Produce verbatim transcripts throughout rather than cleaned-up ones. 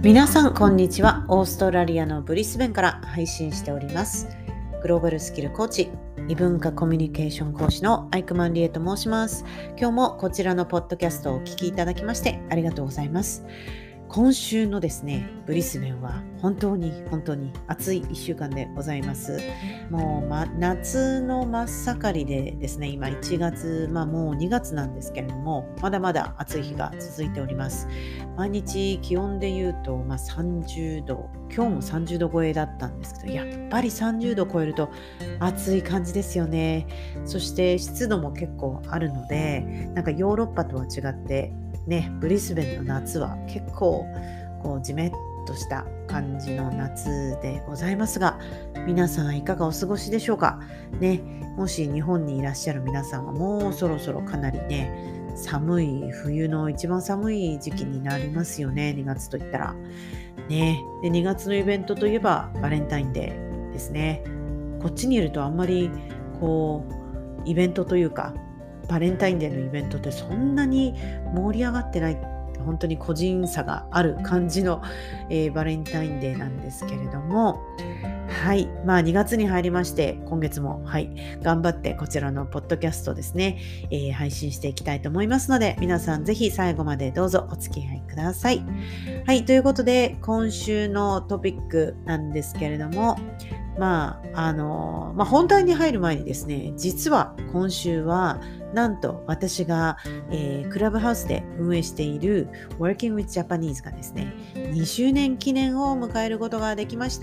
皆さんこんにちは。オーストラリアのブリスベンから配信しておりますグローバルスキルコーチ、異文化コミュニケーション講師のアイクマンリエと申します。今日もこちらのポッドキャストをお聞きいただきましてありがとうございます。今週のですねブリスベンは本当に本当に暑いいっしゅうかんでございます。もう、ま、夏の真っ盛りでですね、今いちがつ、まあもうにがつなんですけれども、まだまだ暑い日が続いております。毎日気温で言うと、まあ、さんじゅうど、今日もさんじゅうど超えだったんですけど、やっぱりさんじゅうど超えると暑い感じですよね。そして湿度も結構あるので、なんかヨーロッパとは違ってね、ブリスベンの夏は結構こうジメッとした感じの夏でございますが、皆さんいかがお過ごしでしょうかね。もし日本にいらっしゃる皆さんはもうそろそろかなりね、寒い冬の一番寒い時期になりますよね。にがつといったらね。でにがつのイベントといえばバレンタインデーですね。こっちにいるとあんまりこうイベントというかバレンタインデーのイベントってそんなに盛り上がってない、本当に個人差がある感じの、えー、バレンタインデーなんですけれども、はい、まあにがつに入りまして、今月もはい頑張ってこちらのポッドキャストですね、えー、配信していきたいと思いますので、皆さんぜひ最後までどうぞお付き合いください。はい、ということで今週のトピックなんですけれども、まああのまあ、本題に入る前にですね、実は今週はなんと私が、えー、クラブハウスで運営している Working with Japanese がですねにしゅうねん記念を迎えることができました。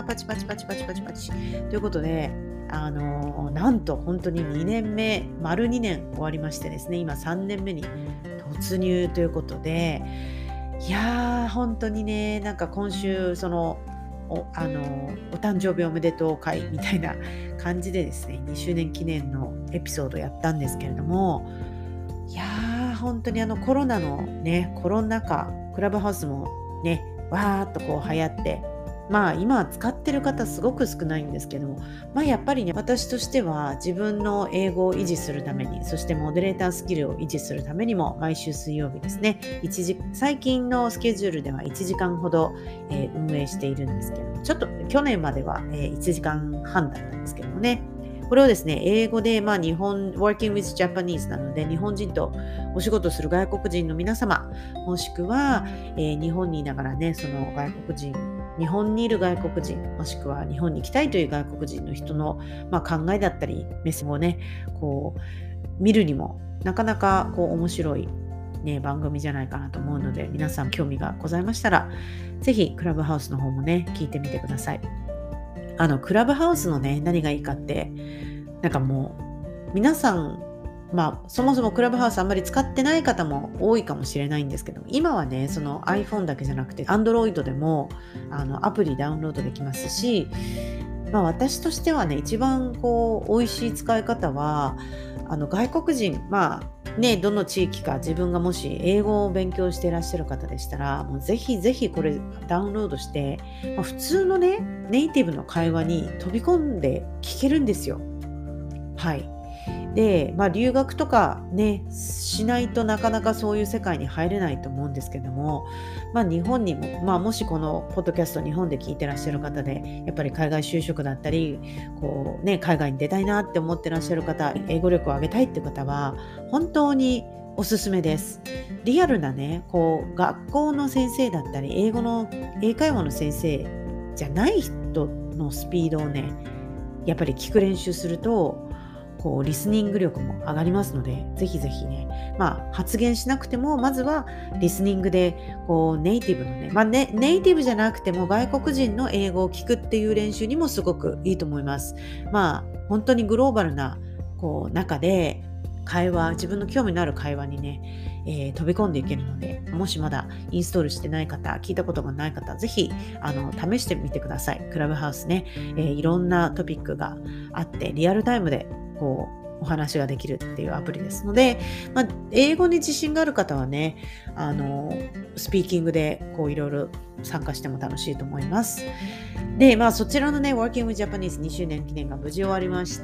パチパチパチパチパチパチということで、あのなんと本当ににねんめ、丸にねん終わりましてですね、今さんねんめに突入ということで、いやー本当にね、なんか今週そのお, あのお誕生日おめでとう会みたいな感じでですね、にしゅうねん記念のエピソードやったんですけれども、いやー本当にあのコロナのね、コロナ禍、クラブハウスもねわーっとこう流行って、まあ今使ってる方すごく少ないんですけども、まあやっぱりね、私としては自分の英語を維持するために、そしてモデレータースキルを維持するためにも毎週水曜日ですね、一時最近のスケジュールではいちじかんほど、えー、運営しているんですけども、ちょっと去年までは、えー、いちじかんはんだったんですけどもね、これをですね、英語で、まあ、日本 Working with Japanese なので、日本人とお仕事する外国人の皆様、もしくは、えー、日本にいながらね、その外国人、日本にいる外国人、もしくは日本に行きたいという外国人の人の、まあ、考えだったり、目線をね、こう見るにもなかなかこう面白い、ね、番組じゃないかなと思うので、皆さん興味がございましたら、ぜひクラブハウスの方もね、聞いてみてください。あのクラブハウスのね、何がいいかって、なんかもう皆さん、まあそもそもクラブハウスあんまり使ってない方も多いかもしれないんですけど、今はね、その iPhone だけじゃなくて Android でもあのアプリダウンロードできますし、まあ私としてはね、一番こう美味しい使い方は、あの外国人、まあね、どの地域か自分がもし英語を勉強していらっしゃる方でしたら、もうぜひぜひこれダウンロードして、まあ、普通のねネイティブの会話に飛び込んで聞けるんですよ。はい。で、まあ、留学とかねしないとなかなかそういう世界に入れないと思うんですけども、まあ、日本にも、まあ、もしこのポッドキャスト日本で聞いてらっしゃる方で、やっぱり海外就職だったりこう、ね、海外に出たいなって思ってらっしゃる方、英語力を上げたいって方は本当におすすめです。リアルなね、こう学校の先生だったり英語の英会話の先生じゃない人のスピードをね、やっぱり聞く練習するとこうリスニング力も上がりますので、ぜひぜひね、まあ発言しなくてもまずはリスニングでこうネイティブのね、まあね、ネイティブじゃなくても外国人の英語を聞くっていう練習にもすごくいいと思います。まあ本当にグローバルなこう中で会話、自分の興味のある会話にね、えー、飛び込んでいけるので、もしまだインストールしてない方、聞いたことがない方、ぜひあの試してみてください。クラブハウスね、えー、いろんなトピックがあってリアルタイムでこうお話ができるっていうアプリですので、まあ、英語に自信がある方はね、あのスピーキングでこういろいろ参加しても楽しいと思います。で、まあそちらのね、Working with Japanese にしゅうねん記念が無事終わりまして、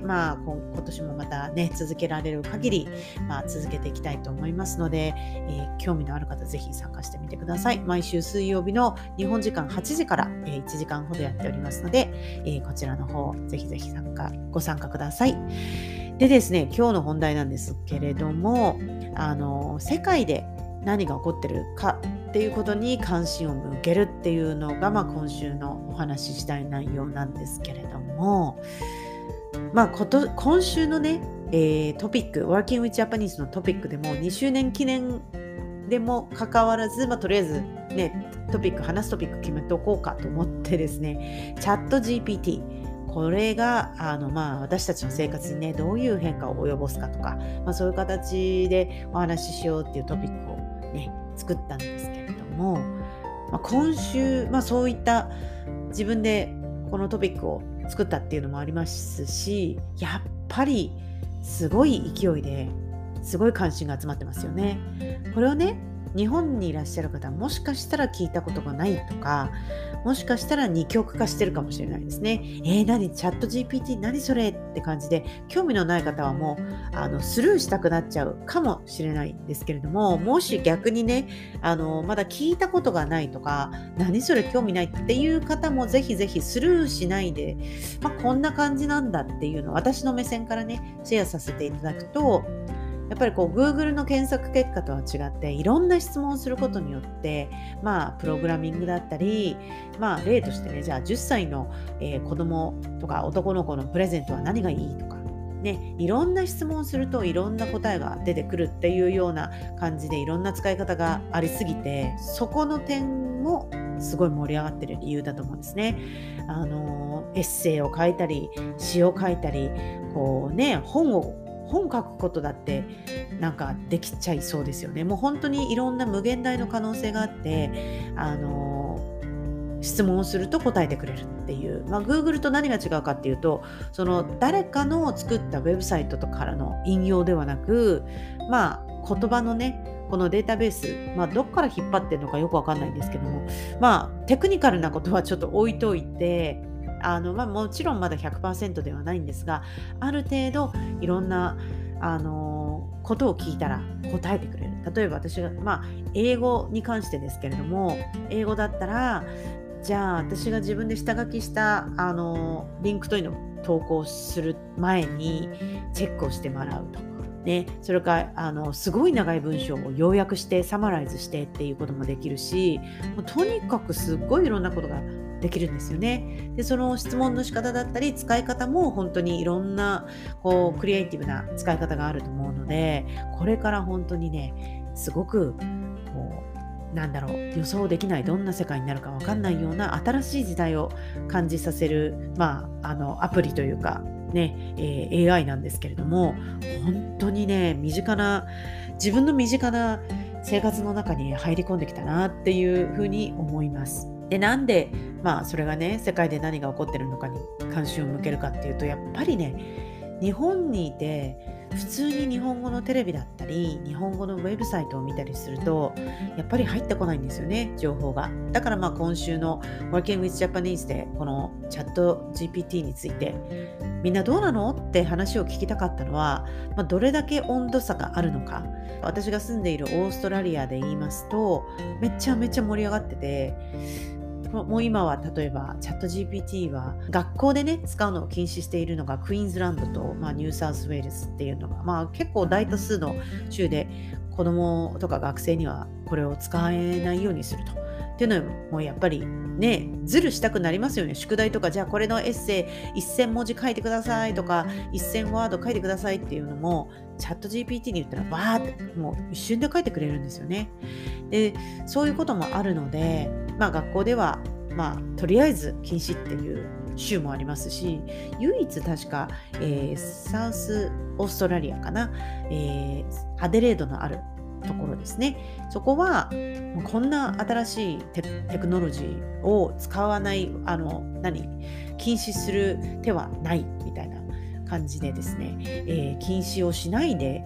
まあ今今年もまたね、続けられる限り、まあ続けていきたいと思いますので、えー興味のある方ぜひ参加してみてください。毎週水曜日の日本時間はちじから、えーいちじかんほどやっておりますので、えーこちらの方、ぜひぜひ参加、ご参加ください。でですね、今日の本題なんですけれども、あの、世界で何が起こってるかっていうことに関心を向けるっていうのが、まあ、今週のお話ししたい内容なんですけれども、まあ、こと今週のね、えートピック、Working with Japanese のトピックでもにしゅうねん記念でもかかわらず、まあ、とりあえずね、トピック、話すトピック決めておこうかと思ってですね、チャット ジーピーティー、これがあの、まあ、私たちの生活にね、どういう変化を及ぼすかとか、まあ、そういう形でお話ししようっていうトピックをね、作ったんですけれども、まあ、今週、まあ、そういった自分でこのトピックを作ったっていうのもありますし、やっぱりすごい勢いですごい関心が集まってますよね。これをね、日本にいらっしゃる方はもしかしたら聞いたことがないとか、もしかしたら二極化してるかもしれないですね。えー、何チャット ジーピーティー 何それって感じで、興味のない方はもうあのスルーしたくなっちゃうかもしれないんですけれども、もし逆にね、あのまだ聞いたことがないとか、何それ興味ないっていう方もぜひぜひスルーしないで、まあ、こんな感じなんだっていうのを私の目線からね、シェアさせていただくと、やっぱりこう Google の検索結果とは違っていろんな質問をすることによって、まあプログラミングだったり、まあ例としてね、じゃあじゅっさいの、えー子供とか男の子のプレゼントは何がいいとかね、いろんな質問をするといろんな答えが出てくるっていうような感じで、いろんな使い方がありすぎて、そこの点もすごい盛り上がってる理由だと思うんですね。あのエッセイを書いたり詩を書いたり、こうね、本を本書くことだってなんかできちゃいそうですよね。もう本当にいろんな無限大の可能性があって、あの質問をすると答えてくれるっていう、まあ、Google と何が違うかっていうと、その誰かの作ったウェブサイトとかからの引用ではなく、まあ言葉のね、このデータベース、まあ、どっから引っ張ってるのかよくわかんないんですけども、まあテクニカルなことはちょっと置いといて、あのまあ、もちろんまだ ひゃくパーセント ではないんですが、ある程度いろんなあのことを聞いたら答えてくれる。例えば私が、まあ、英語に関してですけれども、英語だったら、じゃあ私が自分で下書きしたあのリンクというのを投稿する前にチェックをしてもらうと。ね、それからあのすごい長い文章を要約してサマライズしてっていうこともできるし、もうとにかくすごいいろんなことができるんですよね。で、その質問の仕方だったり使い方も本当にいろんなこうクリエイティブな使い方があると思うので、これから本当にね、すごくこうなんだろう、予想できないどんな世界になるか分かんないような新しい時代を感じさせる、まあ、あのアプリというかね、えーエーアイ なんですけれども、本当にね、身近な自分の身近な生活の中に入り込んできたなっていうふうに思います。で、なんで、まあ、それがね、世界で何が起こってるのかに関心を向けるかっていうと、やっぱりね、日本にいて普通に日本語のテレビだったり日本語のウェブサイトを見たりすると、やっぱり入ってこないんですよね、情報が。だからまあ今週の Working with Japanese でこのチャット ジーピーティー について、みんなどうなのって話を聞きたかったのは、まあ、どれだけ温度差があるのか。私が住んでいるオーストラリアで言いますと、めちゃめちゃ盛り上がってて、もう今は例えばチャット ジーピーティー は学校でね使うのを禁止しているのがクイーンズランドと、まあ、ニューサウスウェールズっていうのが、まあ、結構大多数の州で子どもとか学生にはこれを使えないようにすると。っていうのもやっぱりね、ズルしたくなりますよね。宿題とか、じゃあこれのエッセイせん文字書いてくださいとかせんワード書いてくださいっていうのもチャット ジーピーティー に言ったらバーってもう一瞬で書いてくれるんですよね。で、そういうこともあるので、まあ学校ではまあとりあえず禁止っていう州もありますし、唯一確か、えー、サウスオーストラリアかな、えー、アデレードのあるところですね。そこはもうこんな新しい テ, テクノロジーを使わないあの何禁止する手はないみたいな感じでですね、えー、禁止をしないで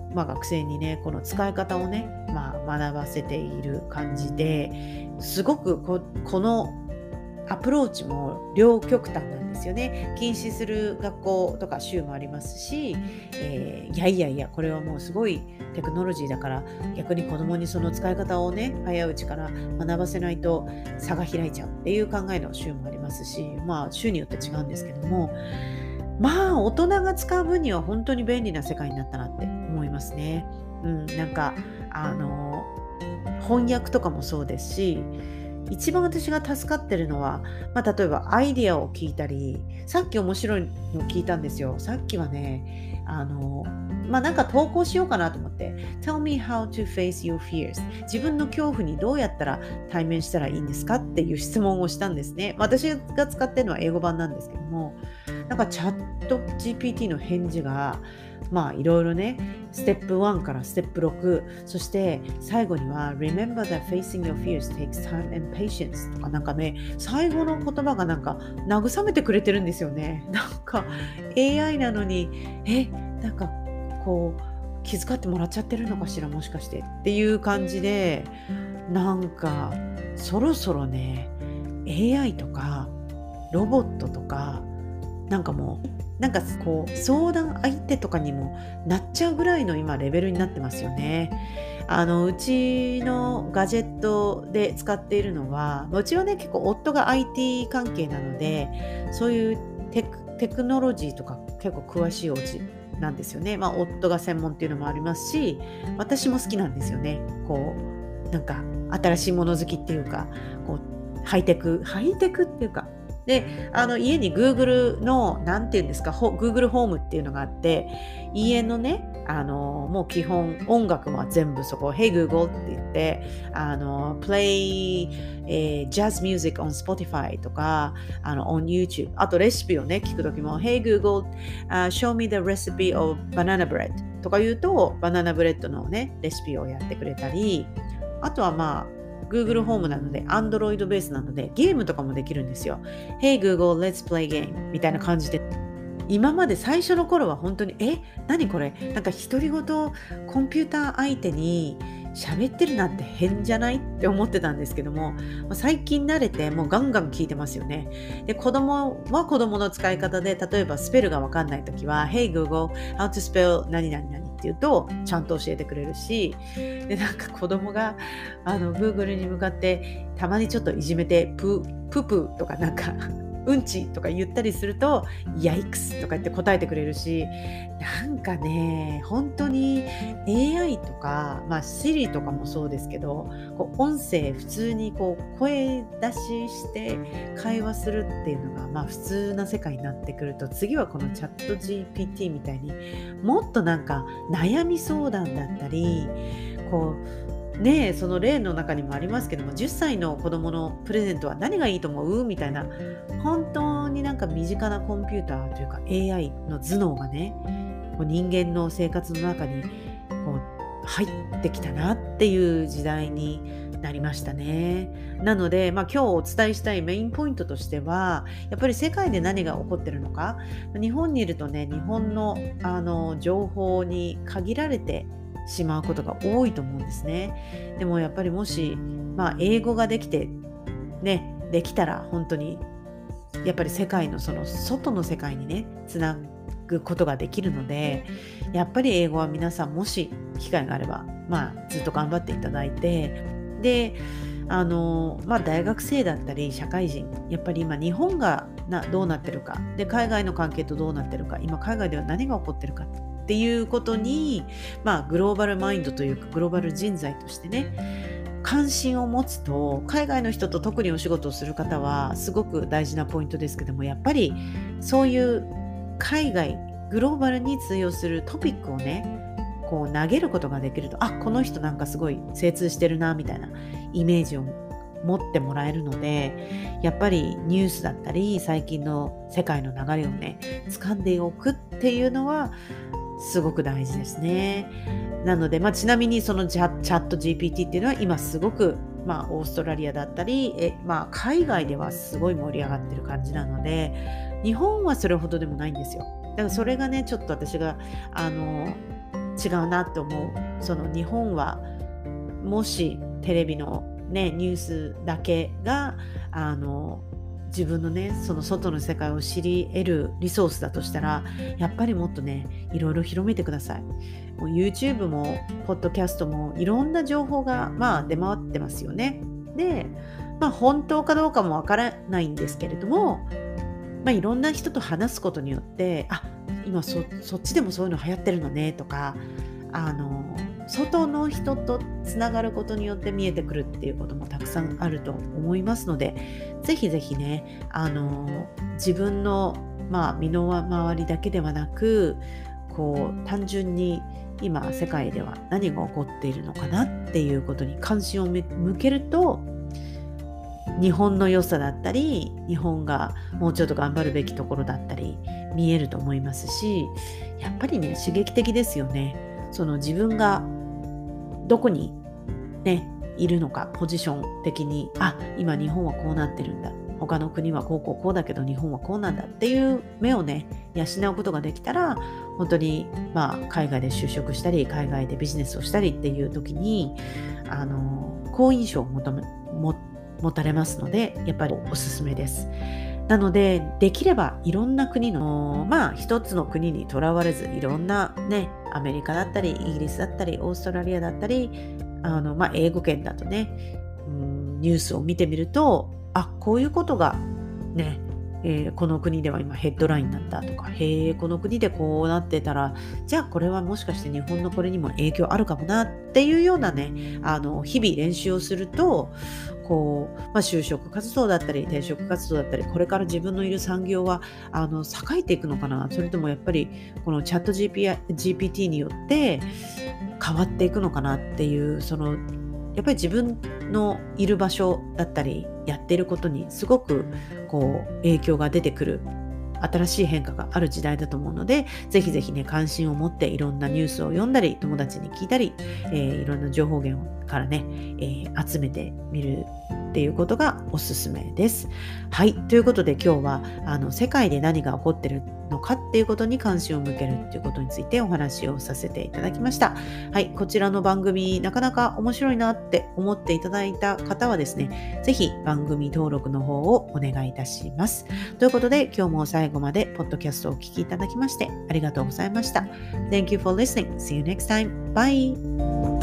まあ、学生にねこの使い方をね、まあ、学ばせている感じですごく こ, このアプローチも両極端なんですよね。禁止する学校とか州もありますし、えー、いやいやいやこれはもうすごいテクノロジーだから逆に子供にその使い方をね早いうちから学ばせないと差が開いちゃうっていう考えの州もありますし、まあ州によって違うんですけども、まあ大人が使う分には本当に便利な世界になったなって思いますね。うん、なんかあの翻訳とかもそうですし、一番私が助かってるのは、まあ、例えばアイディアを聞いたり、さっき面白いの聞いたんですよ。さっきはね、あの、まあ、なんか投稿しようかなと思って、Tell me how to face your fears。自分の恐怖にどうやったら対面したらいいんですかっていう質問をしたんですね。私が使ってるのは英語版なんですけども、なんかチャット ジーピーティー の返事が、まあいろいろね、ステップワンからステップシック、そして最後には Remember that facing your fears takes time and patience とかなんかね、最後の言葉がなんか慰めてくれてるんですよね。なんか エーアイ なのに、え、なんかこう気遣ってもらっちゃってるのかしら、もしかしてっていう感じで、なんかそろそろね、エーアイ とかロボットとかなんかもうなんかこう相談相手とかにもなっちゃうぐらいの今レベルになってますよね。あのうちのガジェットで使っているのは、うちはね結構夫が アイティー 関係なので、そういうテク、テクノロジーとか結構詳しいお家なんですよね。まあ夫が専門っていうのもありますし、私も好きなんですよね。こうなんか新しいもの好きっていうか、こうハイテクハイテクっていうか。で、あの家に Google のなんていうんですか、Google ホームっていうのがあって、家のね、あのもう基本音楽は全部そこ Hey Google って言って、あの Play、えー、Jazz Music on Spotify とか、あの on YouTube、あとレシピをね聞くときも Hey Google、uh, show me the recipe of banana bread とか言うとバナナブレッドのねレシピをやってくれたり、あとはまあGoogle ホームなので Android ベースなのでゲームとかもできるんですよ。Hey Google, let's play game みたいな感じで、今まで最初の頃は本当にえ何これ、なんか独り言コンピューター相手に喋ってるなんて変じゃないって思ってたんですけども、最近慣れてもうガンガン聞いてますよね。で、子供は子供の使い方で、例えばスペルがわかんないときは Hey Google, how to spell 何々々って言うとちゃんと教えてくれるし、でなんか子供があの Google に向かってたまにちょっといじめてプププとかなんかうんちとか言ったりするとヤイクスとか言って答えてくれるし、なんかね本当に エーアイ とか、まあ Siri とかもそうですけど、こう音声普通にこう声出しして会話するっていうのがまあ普通な世界になってくると、次はこのチャット ジーピーティー みたいにもっとなんか悩み相談だったり、こうねえ、その例の中にもありますけども、じゅっさいの子供のプレゼントは何がいいと思うみたいな、本当になんか身近なコンピューターというか エーアイ の頭脳がね、こう人間の生活の中にこう入ってきたなっていう時代になりましたね。なので、まあ、今日お伝えしたいメインポイントとしては、やっぱり世界で何が起こってるのか、日本にいるとね、日本の、あの情報に限られてしまうことが多いと思うんですね。でもやっぱりもし、まあ、英語ができてね、できたら本当にやっぱり世界のその外の世界にねつなぐことができるので、やっぱり英語は皆さんもし機会があれば、まあ、ずっと頑張っていただいて、であの、まあ、大学生だったり社会人、やっぱり今日本がなどうなってるかで、海外の関係とどうなってるか、今海外では何が起こってるかっていうことに、まあ、グローバルマインドというかグローバル人材としてね関心を持つと、海外の人と特にお仕事をする方はすごく大事なポイントですけども、やっぱりそういう海外グローバルに通用するトピックをねこう投げることができると、あ、この人なんかすごい精通してるなみたいなイメージを持ってもらえるので、やっぱりニュースだったり最近の世界の流れをね掴んでおくっていうのはすごく大事ですね。なので、まあ、ちなみにそのチャ、チャット ジーピーティー っていうのは今すごく、まあ、オーストラリアだったりえ、まあ、海外ではすごい盛り上がってる感じなので、日本はそれほどでもないんですよ。だからそれがねちょっと私があの違うなと思う。その日本はもしテレビのねニュースだけがあの自分のねその外の世界を知り得るリソースだとしたら、やっぱりもっとねいろいろ広めてください。もう YouTube もポッドキャストもいろんな情報がまあ出回ってますよね。で、まあ本当かどうかもわからないんですけれども、まあいろんな人と話すことによって、あ、今 そ, そっちでもそういうの流行ってるのねとか、あの外の人とつながることによって見えてくるっていうこともたくさんあると思いますので、ぜひぜひねあの自分の、まあ、身の回りだけではなく、こう単純に今世界では何が起こっているのかなっていうことに関心を向けると、日本の良さだったり日本がもうちょっと頑張るべきところだったり見えると思いますし、やっぱりね刺激的ですよね。その自分がどこにねいるのか、ポジション的に、あ、今日本はこうなってるんだ、他の国はこうこうこうだけど日本はこうなんだっていう目をね養うことができたら、本当にまあ海外で就職したり海外でビジネスをしたりっていう時にあの好印象を求めも持たれますので、やっぱりおすすめです。なのでできればいろんな国の、まあ一つの国にとらわれず、いろんなねアメリカだったりイギリスだったりオーストラリアだったり、あの、まあ、英語圏だとね、うん、ニュースを見てみると、あ、こういうことがね、えーこの国では今ヘッドラインなんだとか、へえ、この国でこうなってたら、じゃあこれはもしかして日本のこれにも影響あるかもなっていうようなね、あの日々練習をすると、こう、まあ、就職活動だったり転職活動だったり、これから自分のいる産業はあの栄えていくのかな、それともやっぱりこのチャット ジーピー ジーピーティー によって変わっていくのかなっていう、そのやっぱり自分のいる場所だったりやっていることにすごくこう影響が出てくる新しい変化がある時代だと思うので、ぜひぜひね関心を持っていろんなニュースを読んだり友達に聞いたり、えーいろんな情報源からね、えー集めてみるっていうことがおすすめです。はい、ということで今日はあの世界で何が起こってるのかっていうことに関心を向けるっていうことについてお話をさせていただきました。はい、こちらの番組なかなか面白いなって思っていただいた方はですね、ぜひ番組登録の方をお願いいたします。ということで今日も最後までポッドキャストをお聞きいただきましてありがとうございました。Thank you for listening. See you next time. Bye!